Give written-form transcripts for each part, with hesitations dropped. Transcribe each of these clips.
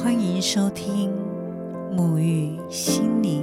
欢迎收听沐浴心灵。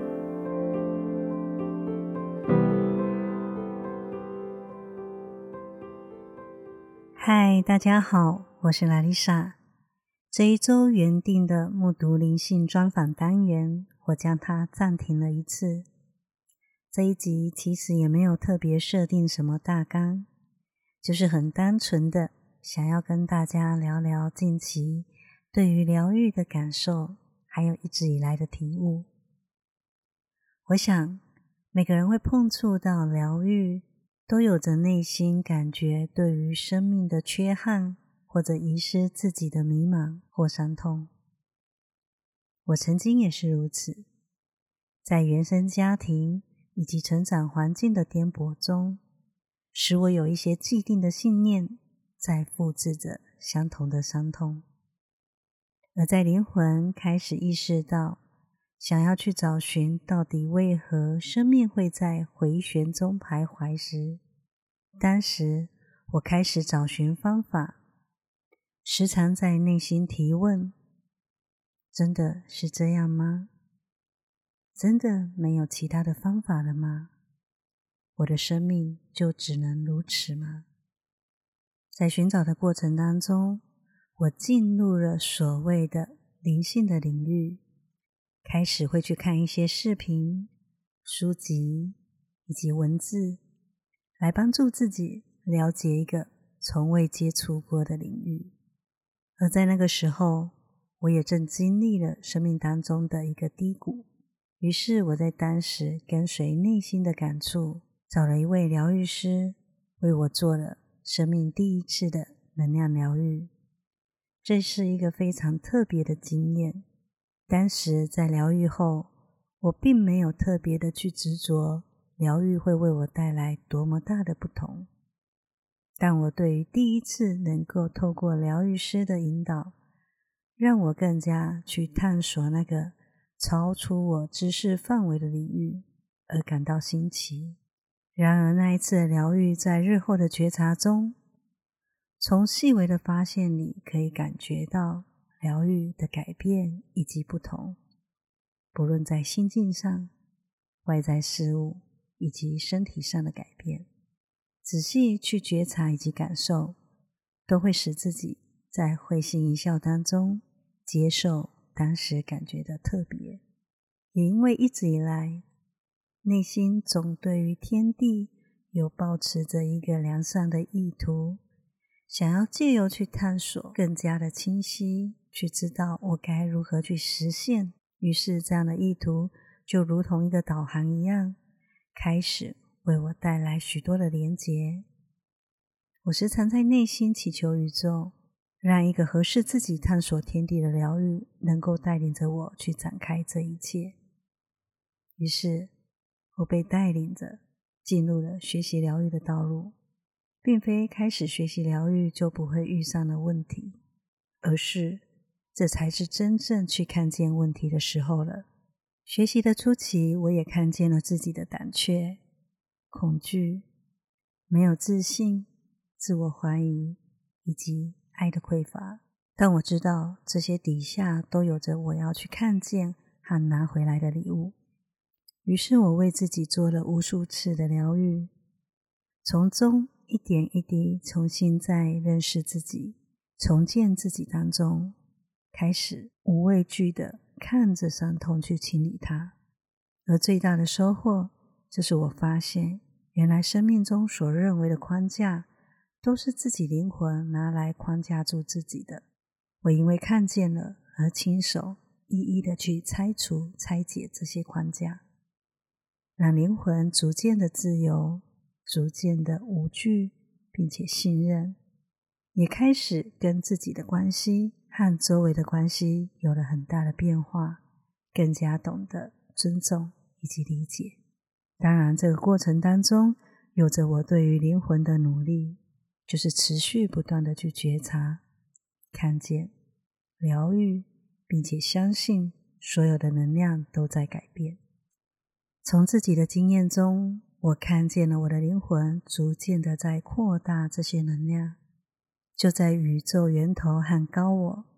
嗨，大家好，我是拉丽莎。这一周原定的目读灵性专访单元，我将它暂停了一次。这一集其实也没有特别设定什么大纲，就是很单纯的想要跟大家聊聊近期对于疗愈的感受，还有一直以来的体悟。我想每个人会碰触到疗愈，都有着内心感觉对于生命的缺憾，或者遗失自己的迷茫或伤痛。我曾经也是如此，在原生家庭以及成长环境的颠簸中，使我有一些既定的信念在复制着相同的伤痛。而在灵魂开始意识到想要去找寻到底为何生命会在回旋中徘徊时，当时我开始找寻方法，时常在内心提问：真的是这样吗？真的没有其他的方法了吗？我的生命就只能如此吗？在寻找的过程当中，我进入了所谓的灵性的领域，开始会去看一些视频、书籍以及文字，来帮助自己了解一个从未接触过的领域。而在那个时候，我也正经历了生命当中的一个低谷，于是我在当时跟随内心的感触，找了一位疗愈师，为我做了生命第一次的能量疗愈。这是一个非常特别的经验。当时在疗愈后，我并没有特别的去执着疗愈会为我带来多么大的不同，但我对于第一次能够透过疗愈师的引导，让我更加去探索那个超出我知识范围的领域而感到新奇。然而那一次的疗愈，在日后的觉察中，从细微的发现里可以感觉到疗愈的改变以及不同，不论在心境上、外在事物以及身体上的改变，仔细去觉察以及感受，都会使自己在会心一笑当中接受当时感觉的特别。也因为一直以来内心总对于天地有抱持着一个良善的意图，想要借由去探索更加的清晰，去知道我该如何去实现。于是这样的意图就如同一个导航一样，开始为我带来许多的连结。我时常在内心祈求宇宙，让一个合适自己探索天地的疗愈能够带领着我去展开这一切。于是我被带领着进入了学习疗愈的道路，并非开始学习疗愈就不会遇上的问题，而是这才是真正去看见问题的时候了。学习的初期，我也看见了自己的胆怯、恐惧、没有自信、自我怀疑以及爱的匮乏，但我知道这些底下都有着我要去看见和拿回来的礼物。于是我为自己做了无数次的疗愈，从中一点一滴重新再认识自己，重建自己当中，开始无畏惧的看着伤痛去清理它。而最大的收获就是我发现，原来生命中所认为的框架都是自己灵魂拿来框架住自己的。我因为看见了而亲手一一的去拆除拆解这些框架，让灵魂逐渐的自由，逐渐的无惧，并且信任，也开始跟自己的关系和周围的关系有了很大的变化，更加懂得尊重以及理解。当然这个过程当中有着我对于灵魂的努力，就是持续不断的去觉察、看见、疗愈，并且相信所有的能量都在改变。从自己的经验中，我看见了我的灵魂逐渐的在扩大这些能量，就在宇宙源头和高我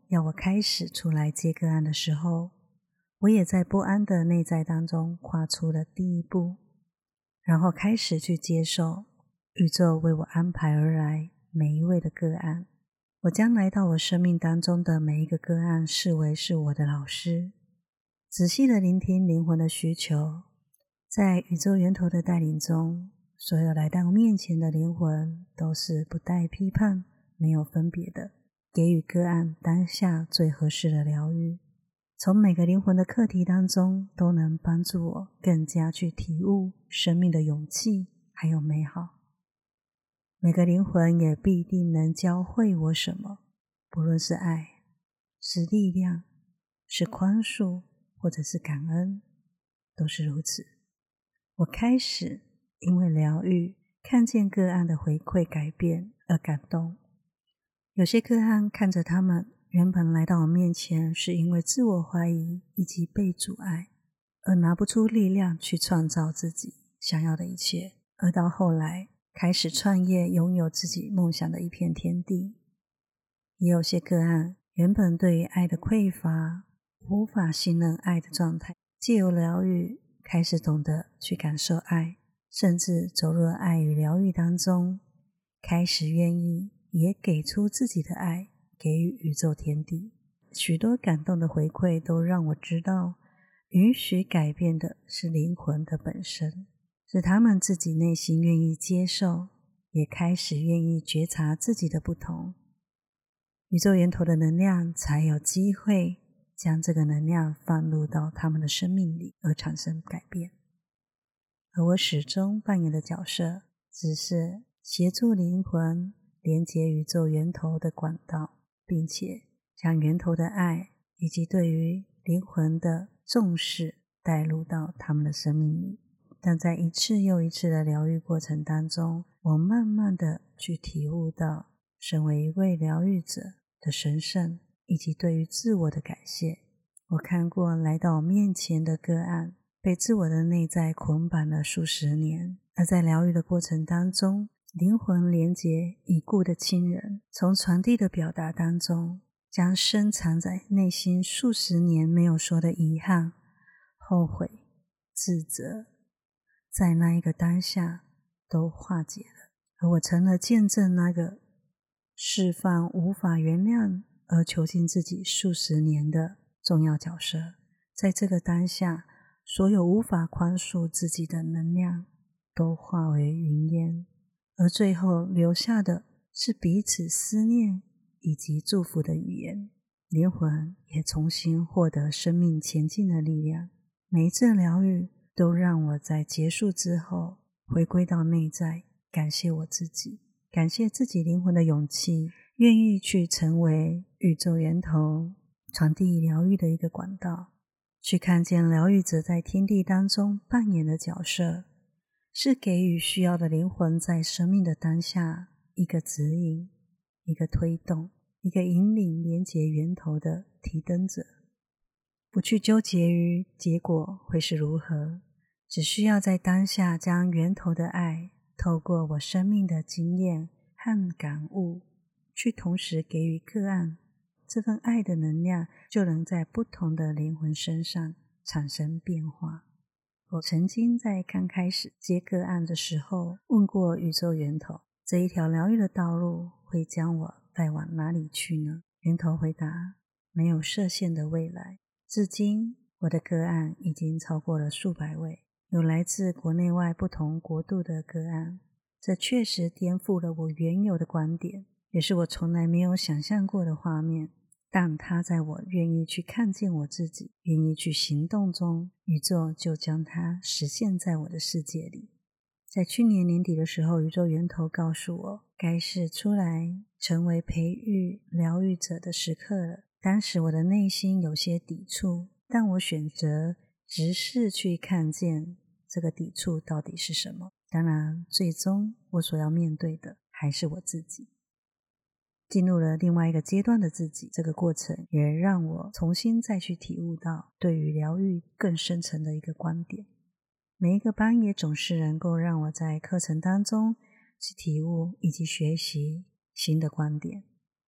要我开始出来接个案的时候，我也在不安的内在当中跨出了第一步，然后开始去接受宇宙为我安排而来每一位的个案。我将来到我生命当中的每一个个案视为是我的老师，仔细的聆听灵魂的需求，在宇宙源头的带领中，所有来到面前的灵魂都是不带批判、没有分别的，给予个案当下最合适的疗愈。从每个灵魂的课题当中，都能帮助我更加去体悟生命的勇气还有美好。每个灵魂也必定能教会我什么，不论是爱、是力量、是宽恕，或者是感恩，都是如此。我开始因为疗愈看见个案的回馈改变而感动。有些个案看着他们原本来到我面前是因为自我怀疑以及被阻碍，而拿不出力量去创造自己想要的一切，而到后来开始创业，拥有自己梦想的一片天地。也有些个案原本对于爱的匮乏，无法信任爱的状态，藉由疗愈开始懂得去感受爱，甚至走入了爱与疗愈当中，开始愿意也给出自己的爱，给予宇宙天地。许多感动的回馈都让我知道，允许改变的是灵魂的本身，是他们自己内心愿意接受，也开始愿意觉察自己的不同，宇宙源头的能量才有机会将这个能量放入到他们的生命里，而产生改变。而我始终扮演的角色，只是协助灵魂连接宇宙源头的管道，并且将源头的爱以及对于灵魂的重视带入到他们的生命里。但在一次又一次的疗愈过程当中，我慢慢的去体悟到身为一位疗愈者的神圣，以及对于自我的感谢。我看过来到我面前的个案，被自我的内在捆绑了数十年，而在疗愈的过程当中，灵魂连结已故的亲人，从传递的表达当中，将深藏在内心数十年没有说的遗憾、后悔、自责，在那一个当下都化解了。而我成了见证那个释放无法原谅而囚禁自己数十年的重要角色。在这个当下，所有无法宽恕自己的能量都化为云烟，而最后留下的是彼此思念以及祝福的语言。灵魂也重新获得生命前进的力量。每一次疗愈都让我在结束之后回归到内在，感谢我自己，感谢自己灵魂的勇气，愿意去成为宇宙源头传递疗愈的一个管道，去看见疗愈者在天地当中扮演的角色，是给予需要的灵魂在生命的当下一个指引，一个推动，一个引领连结源头的提灯者。不去纠结于结果会是如何，只需要在当下将源头的爱透过我生命的经验和感悟，去同时给予个案，这份爱的能量就能在不同的灵魂身上产生变化。我曾经在刚开始接个案的时候问过宇宙源头，这一条疗愈的道路会将我带往哪里去呢？源头回答，没有设限的未来。至今我的个案已经超过了数百位，有来自国内外不同国度的个案，这确实颠覆了我原有的观点，也是我从来没有想象过的画面。但它在我愿意去看见我自己，愿意去行动中，宇宙就将它实现在我的世界里。在去年年底的时候，宇宙源头告诉我，该是出来成为培育疗愈者的时刻了。当时我的内心有些抵触，但我选择直视去看见这个抵触到底是什么。当然，最终我所要面对的还是我自己。进入了另外一个阶段的自己，这个过程也让我重新再去体悟到对于疗愈更深层的一个观点。每一个班也总是能够让我在课程当中去体悟以及学习新的观点，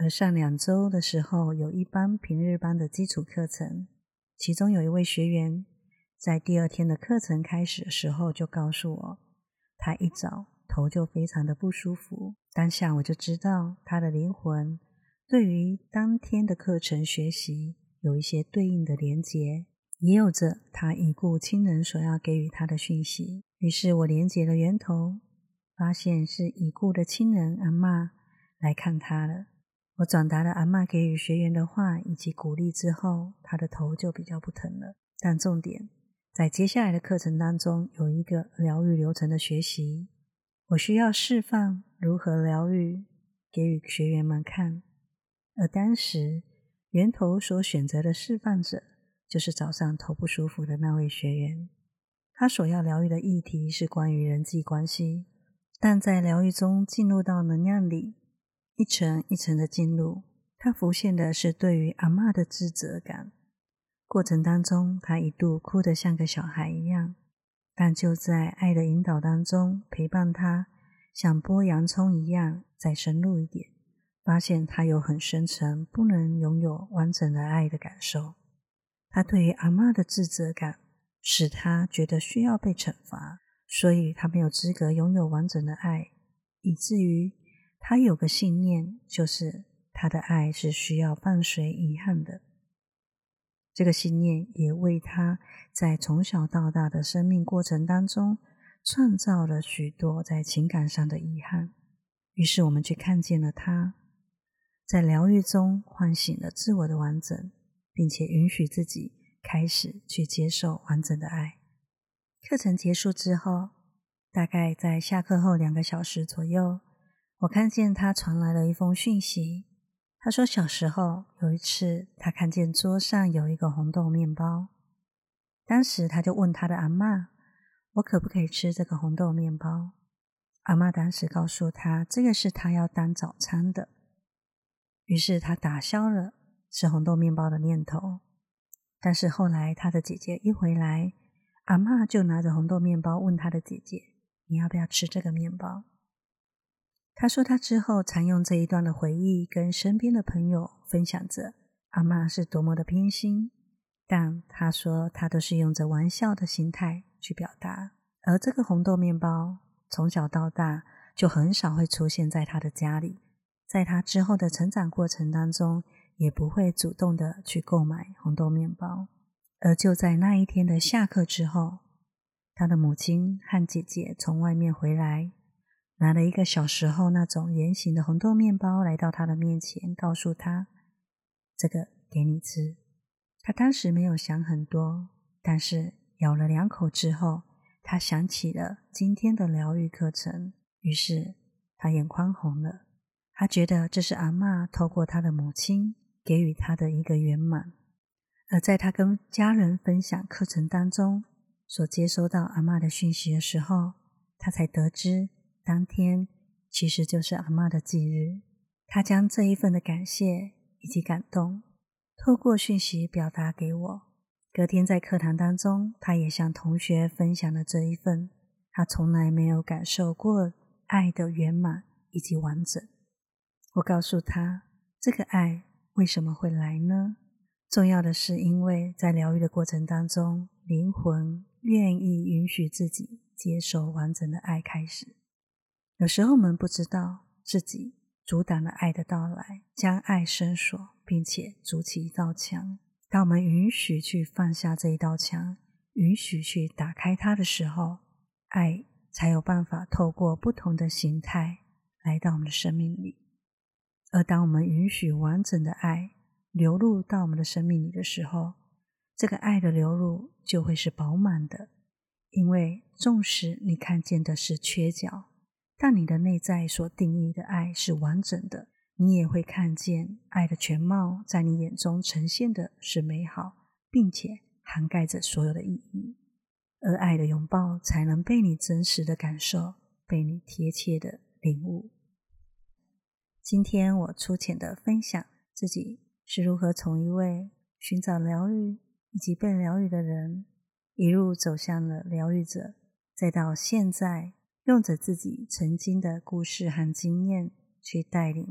而上2周的时候，有一班平日班的基础课程，其中有一位学员在第2天的课程开始的时候就告诉我，他一早头就非常的不舒服。当下我就知道他的灵魂对于当天的课程学习有一些对应的连结，也有着他已故亲人所要给予他的讯息。于是我连结了源头，发现是已故的亲人阿嬷来看他了。我转达了阿嬷给予学员的话以及鼓励之后，他的头就比较不疼了。但重点在接下来的课程当中有一个疗愈流程的学习，我需要示范如何疗愈给予学员们看。而当时源头所选择的示范者就是早上头不舒服的那位学员，他所要疗愈的议题是关于人际关系，但在疗愈中进入到能量里，一层一层的进入，他浮现的是对于阿嬷的自责感。过程当中他一度哭得像个小孩一样，但就在爱的引导当中陪伴他，像剥洋葱一样再深入一点，发现他有很深沉不能拥有完整的爱的感受。他对于阿嬷的自责感使他觉得需要被惩罚，所以他没有资格拥有完整的爱，以至于他有个信念，就是他的爱是需要伴随遗憾的。这个信念也为他在从小到大的生命过程当中创造了许多在情感上的遗憾。于是我们去看见了他在疗愈中唤醒了自我的完整，并且允许自己开始去接受完整的爱。课程结束之后，大概在下课后2个小时左右，我看见他传来了一封讯息。他说小时候有一次他看见桌上有一个红豆面包，当时他就问他的阿嬷，我可不可以吃这个红豆面包？阿嬷当时告诉他，这个是他要当早餐的。于是他打消了吃红豆面包的念头。但是后来他的姐姐一回来，阿嬷就拿着红豆面包问他的姐姐，你要不要吃这个面包？他说他之后常用这一段的回忆跟身边的朋友分享着阿嬷是多么的偏心，但他说他都是用着玩笑的心态去表达。而这个红豆面包从小到大就很少会出现在他的家里，在他之后的成长过程当中也不会主动的去购买红豆面包。而就在那一天的下课之后，他的母亲和姐姐从外面回来，拿了一个小时候那种圆形的红豆面包来到他的面前，告诉他，这个给你吃。他当时没有想很多，但是咬了2口之后，他想起了今天的疗愈课程，于是他眼眶红了。他觉得这是阿嬷透过他的母亲给予他的一个圆满。而在他跟家人分享课程当中所接收到阿嬷的讯息的时候，他才得知当天其实就是阿嬷的忌日。他将这一份的感谢以及感动透过讯息表达给我。隔天在课堂当中，他也向同学分享了这一份他从来没有感受过爱的圆满以及完整。我告诉他，这个爱为什么会来呢？重要的是因为在疗愈的过程当中，灵魂愿意允许自己接受完整的爱开始。有时候我们不知道自己阻挡了爱的到来，将爱深锁，并且筑起一道墙。当我们允许去放下这一道墙，允许去打开它的时候，爱才有办法透过不同的形态来到我们的生命里。而当我们允许完整的爱流入到我们的生命里的时候，这个爱的流入就会是饱满的。因为纵使你看见的是缺角，但你的内在所定义的爱是完整的，你也会看见爱的全貌在你眼中呈现的是美好，并且涵盖着所有的意义。而爱的拥抱才能被你真实的感受，被你贴切的领悟。今天我粗浅的分享自己是如何从一位寻找疗愈以及被疗愈的人，一路走向了疗愈者，再到现在用着自己曾经的故事和经验去带领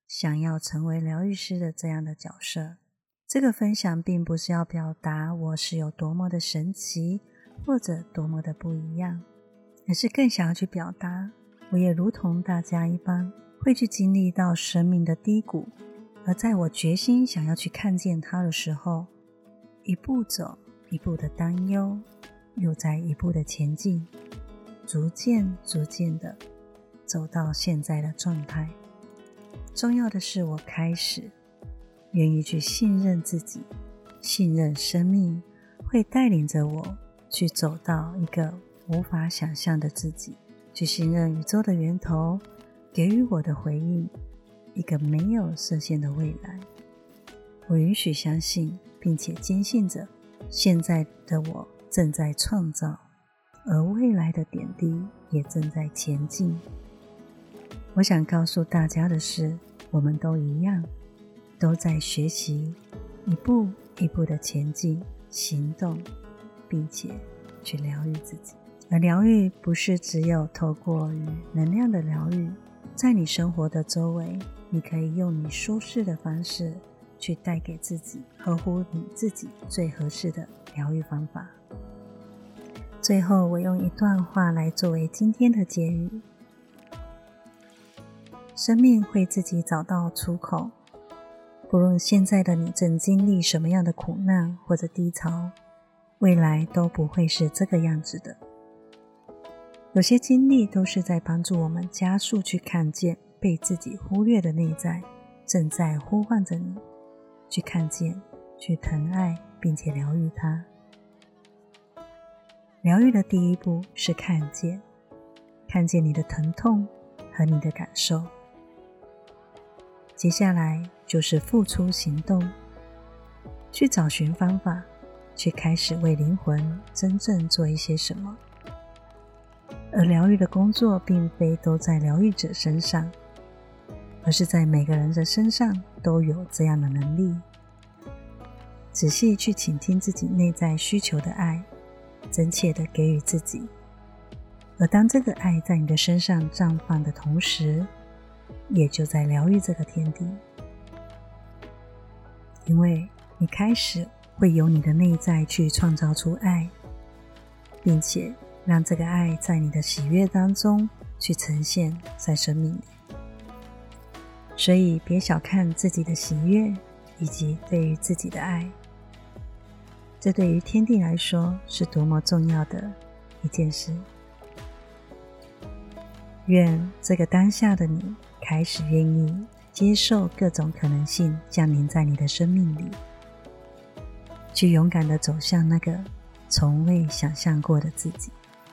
想要成为疗愈师的这样的角色。这个分享并不是要表达我是有多么的神奇，或者多么的不一样，而是更想要去表达，我也如同大家一般，会去经历到生命的低谷，而在我决心想要去看见它的时候，一步走，一步的担忧，又在一步的前进，逐渐的走到现在的状态。重要的是我开始愿意去信任自己，信任生命会带领着我去走到一个无法想象的自己，去信任宇宙的源头给予我的回应，一个没有设限的未来。我允许相信并且坚信着现在的我正在创造，而未来的点滴也正在前进。我想告诉大家的是，我们都一样，都在学习一步一步的前进行动，并且去疗愈自己。而疗愈不是只有透过与能量的疗愈，在你生活的周围，你可以用你舒适的方式去带给自己合乎你自己最合适的疗愈方法。最后，我用一段话来作为今天的结语：生命会自己找到出口，不论现在的你正经历什么样的苦难或者低潮，未来都不会是这个样子的。有些经历都是在帮助我们加速去看见被自己忽略的内在正在呼唤着你，去看见，去疼爱，并且疗愈它。疗愈的第一步是看见，看见你的疼痛和你的感受。接下来就是付出行动，去找寻方法，去开始为灵魂真正做一些什么。而疗愈的工作并非都在疗愈者身上，而是在每个人的身上都有这样的能力。仔细去倾听自己内在需求的爱，真切地给予自己。而当这个爱在你的身上绽放的同时，也就在疗愈这个天地。因为你开始会由你的内在去创造出爱，并且让这个爱在你的喜悦当中去呈现在生命里。所以别小看自己的喜悦以及对于自己的爱，这对于天地来说是多么重要的一件事。愿这个当下的你开始愿意接受各种可能性降临在你的生命里，去勇敢地走向那个从未想象过的自己。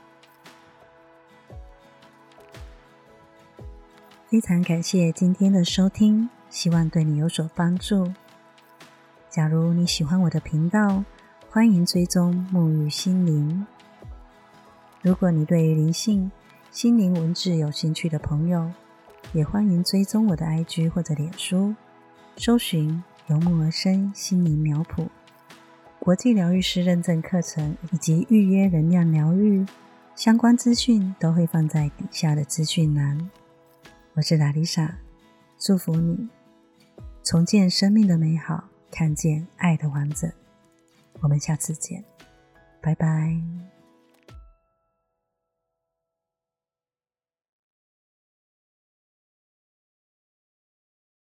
非常感谢今天的收听，希望对你有所帮助。假如你喜欢我的频道，欢迎追踪沐浴心灵。如果你对于灵性、心灵文字有兴趣的朋友，也欢迎追踪我的 IG 或者脸书，搜寻由木而生心灵苗圃、国际疗愈师认证课程以及预约能量疗愈相关资讯都会放在底下的资讯栏。我是拉丽莎，祝福你重建生命的美好，看见爱的完整。我们下次见，拜拜。